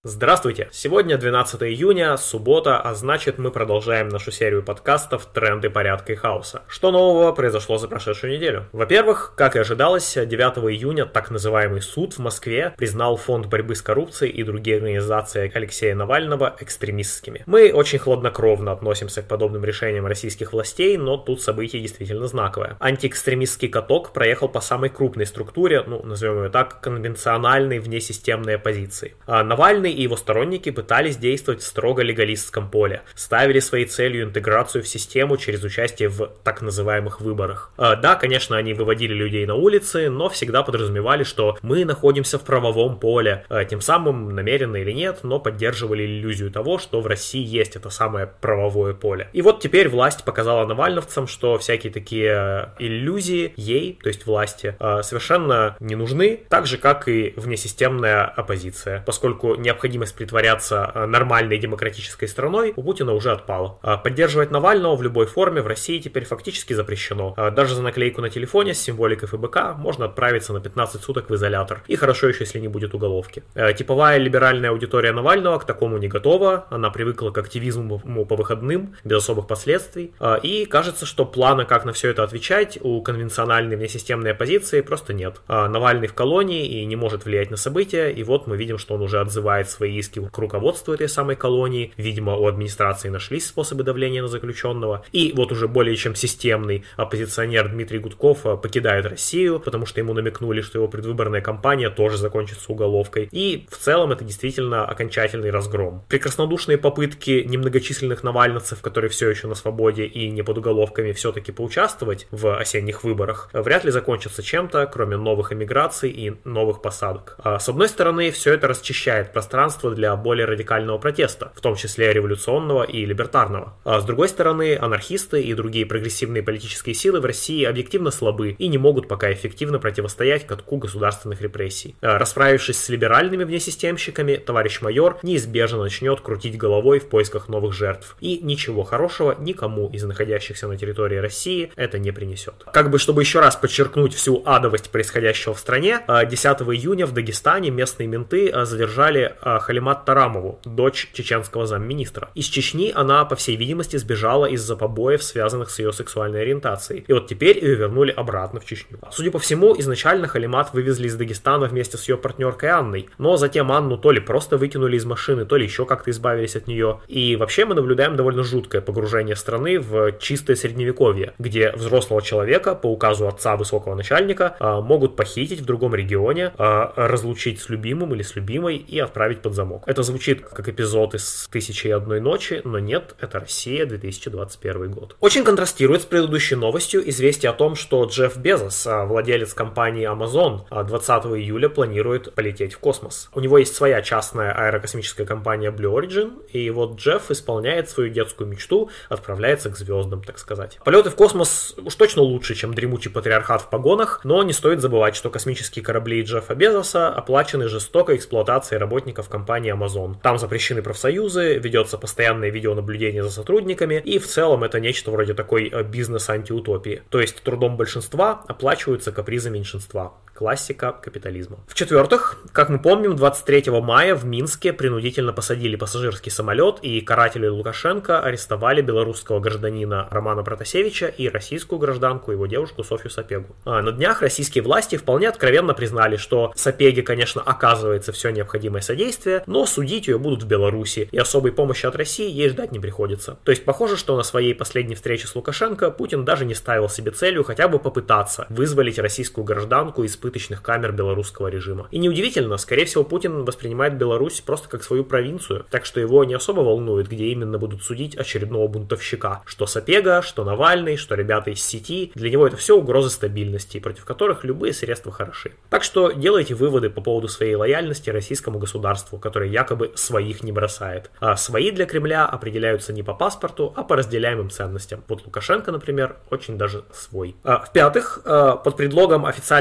Здравствуйте! Сегодня 12 июня, суббота, а значит мы продолжаем нашу серию подкастов «Тренды порядка и хаоса». Что нового произошло за прошедшую неделю? Во-первых, как и ожидалось, 9 июня так называемый суд в Москве признал Фонд борьбы с коррупцией и другие организации Алексея Навального экстремистскими. Мы очень хладнокровно относимся к подобным решениям российских властей, но тут событие действительно знаковое. Антиэкстремистский каток проехал по самой крупной структуре, назовем ее так, конвенциональной внесистемной оппозиции. Навальный и его сторонники пытались действовать в строго легалистском поле, ставили своей целью интеграцию в систему через участие в так называемых выборах. Да, конечно, они выводили людей на улицы, но всегда подразумевали, что мы находимся в правовом поле, тем самым, намеренно или нет, но поддерживали иллюзию того, что в России есть это самое правовое поле. И вот теперь власть показала навальновцам, что всякие такие иллюзии ей, то есть власти, совершенно не нужны, так же, как и внесистемная оппозиция, поскольку необходимость притворяться нормальной демократической страной у Путина уже отпала. Поддерживать Навального в любой форме в России теперь фактически запрещено. Даже за наклейку на телефоне с символикой ФБК можно отправиться на 15 суток в изолятор. И хорошо еще, если не будет уголовки. Типовая либеральная аудитория Навального к такому не готова. Она привыкла к активизму по выходным, без особых последствий. И кажется, что плана, как на все это отвечать, у конвенциональной внесистемной оппозиции просто нет. Навальный в колонии и не может влиять на события. И вот мы видим, что он уже отзывает свои иски к руководству этой самой колонии. Видимо, у администрации нашлись способы давления на заключенного. И вот уже более чем системный оппозиционер Дмитрий Гудков покидает Россию, потому что ему намекнули, что его предвыборная кампания тоже закончится уголовкой. И в целом это действительно окончательный разгром. Прекраснодушные попытки немногочисленных навальновцев, которые все еще на свободе и не под уголовками, все-таки поучаствовать в осенних выборах, вряд ли закончатся чем-то, кроме новых эмиграций и новых посадок. С одной стороны, все это расчищает пространство для более радикального протеста, в том числе революционного и либертарного. С другой стороны, анархисты и другие прогрессивные политические силы в России объективно слабы и не могут пока эффективно противостоять катку государственных репрессий. Расправившись с либеральными внесистемщиками, товарищ майор неизбежно начнет крутить головой в поисках новых жертв. И ничего хорошего никому из находящихся на территории России это не принесет. Чтобы еще раз подчеркнуть всю адовость происходящего в стране, 10 июня в Дагестане местные менты задержали Халимат Тарамову, дочь чеченского замминистра. Из Чечни она, по всей видимости, сбежала из-за побоев, связанных с ее сексуальной ориентацией. И вот теперь ее вернули обратно в Чечню. Судя по всему, изначально Халимат вывезли из Дагестана вместе с ее партнеркой Анной, но затем Анну то ли просто выкинули из машины, то ли еще как-то избавились от нее. И вообще мы наблюдаем довольно жуткое погружение страны в чистое средневековье, где взрослого человека по указу отца высокого начальника могут похитить в другом регионе, разлучить с любимым или с любимой и отправить под замок. Это звучит как эпизод из «Тысячи и одной ночи», но нет, это Россия, 2021 год. Очень контрастирует с предыдущей новостью известие о том, что Джефф Безос, владелец компании Amazon, 20 июля планирует полететь в космос. У него есть своя частная аэрокосмическая компания Blue Origin, и вот Джефф исполняет свою детскую мечту, отправляется к звездам, так сказать. Полеты в космос уж точно лучше, чем дремучий патриархат в погонах, но не стоит забывать, что космические корабли Джеффа Безоса оплачены жестокой эксплуатацией работников компании Amazon. Там запрещены профсоюзы, ведется постоянное видеонаблюдение за сотрудниками, и в целом это нечто вроде такой бизнес-антиутопии. То есть трудом большинства оплачиваются капризы меньшинства. Классика капитализма. В-четвертых, как мы помним, 23 мая в Минске принудительно посадили пассажирский самолет, и каратели Лукашенко арестовали белорусского гражданина Романа Протасевича и российскую гражданку, его девушку Софью Сапегу. На днях российские власти вполне откровенно признали, что Сапеге, конечно, оказывается все необходимое содействие, но судить ее будут в Беларуси, и особой помощи от России ей ждать не приходится. То есть похоже, что на своей последней встрече с Лукашенко Путин даже не ставил себе целью хотя бы попытаться вызволить российскую гражданку из пыточных камер белорусского режима. И неудивительно, скорее всего, Путин воспринимает Беларусь просто как свою провинцию, так что его не особо волнует, где именно будут судить очередного бунтовщика. Что Сапега, что Навальный, что ребята из сети. Для него это все угрозы стабильности, против которых любые средства хороши. Так что делайте выводы по поводу своей лояльности российскому государству, которое якобы своих не бросает. А свои для Кремля определяются не по паспорту, а по разделяемым ценностям. Вот Лукашенко, например, очень даже свой. В-пятых, под предлогом официально объявленного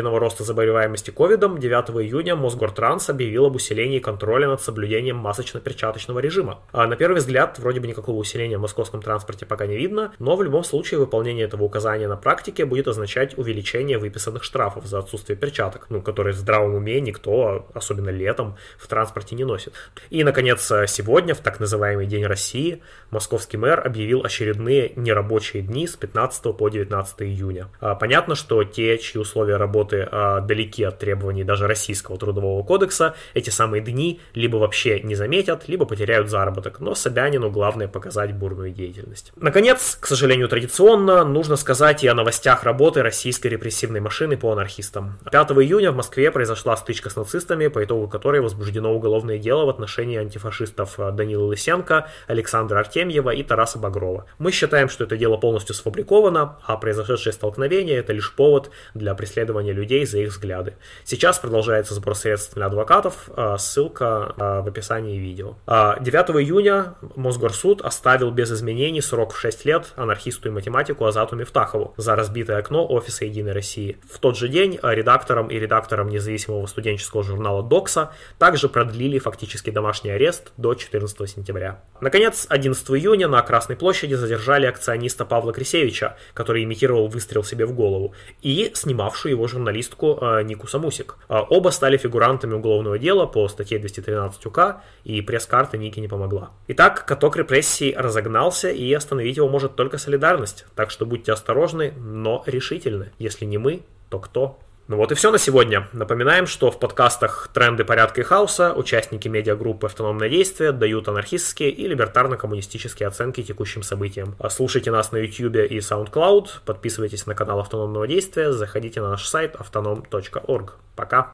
ускоренного роста заболеваемости ковидом 9 июня Мосгортранс объявил об усилении контроля над соблюдением масочно-перчаточного режима. На первый взгляд, вроде бы никакого усиления в московском транспорте пока не видно, но в любом случае выполнение этого указания на практике будет означать увеличение выписанных штрафов за отсутствие перчаток, которые в здравом уме никто, особенно летом, в транспорте не носит. И, наконец, сегодня, в так называемый День России, московский мэр объявил очередные нерабочие дни с 15 по 19 июня. Понятно, что те, чьи условия работы далеки от требований даже российского трудового кодекса, эти самые дни либо вообще не заметят, либо потеряют заработок, но Собянину главное показать бурную деятельность. Наконец, к сожалению, традиционно нужно сказать и о новостях работы российской репрессивной машины по анархистам. 5 июня в Москве произошла стычка с нацистами, по итогу которой возбуждено уголовное дело в отношении антифашистов Данилы Лысенко, Александра Артемьева и Тараса Багрова. Мы считаем, что это дело полностью сфабриковано, а произошедшее столкновение – это лишь повод для преследования людей за их взгляды. Сейчас продолжается сбор средств для адвокатов, ссылка в описании видео. 9 июня Мосгорсуд оставил без изменений срок в 6 лет анархисту и математику Азату Мифтахову за разбитое окно офиса Единой России. В тот же день редакторам независимого студенческого журнала «Докса» также продлили фактически домашний арест до 14 сентября. Наконец, 11 июня на Красной площади задержали акциониста Павла Крисевича, который имитировал выстрел себе в голову, и снимавшую его журналистку Нику Самусик. Оба стали фигурантами уголовного дела по статье 213 УК, и пресс-карта Ники не помогла. Итак, каток репрессий разогнался, и остановить его может только солидарность. Так что будьте осторожны, но решительны. Если не мы, то кто? Ну вот и все на сегодня. Напоминаем, что в подкастах «Тренды порядка и хаоса» участники медиагруппы «Автономное действие» дают анархистские и либертарно-коммунистические оценки текущим событиям. Слушайте нас на YouTube и SoundCloud, подписывайтесь на канал «Автономного действия», заходите на наш сайт autonom.org. Пока!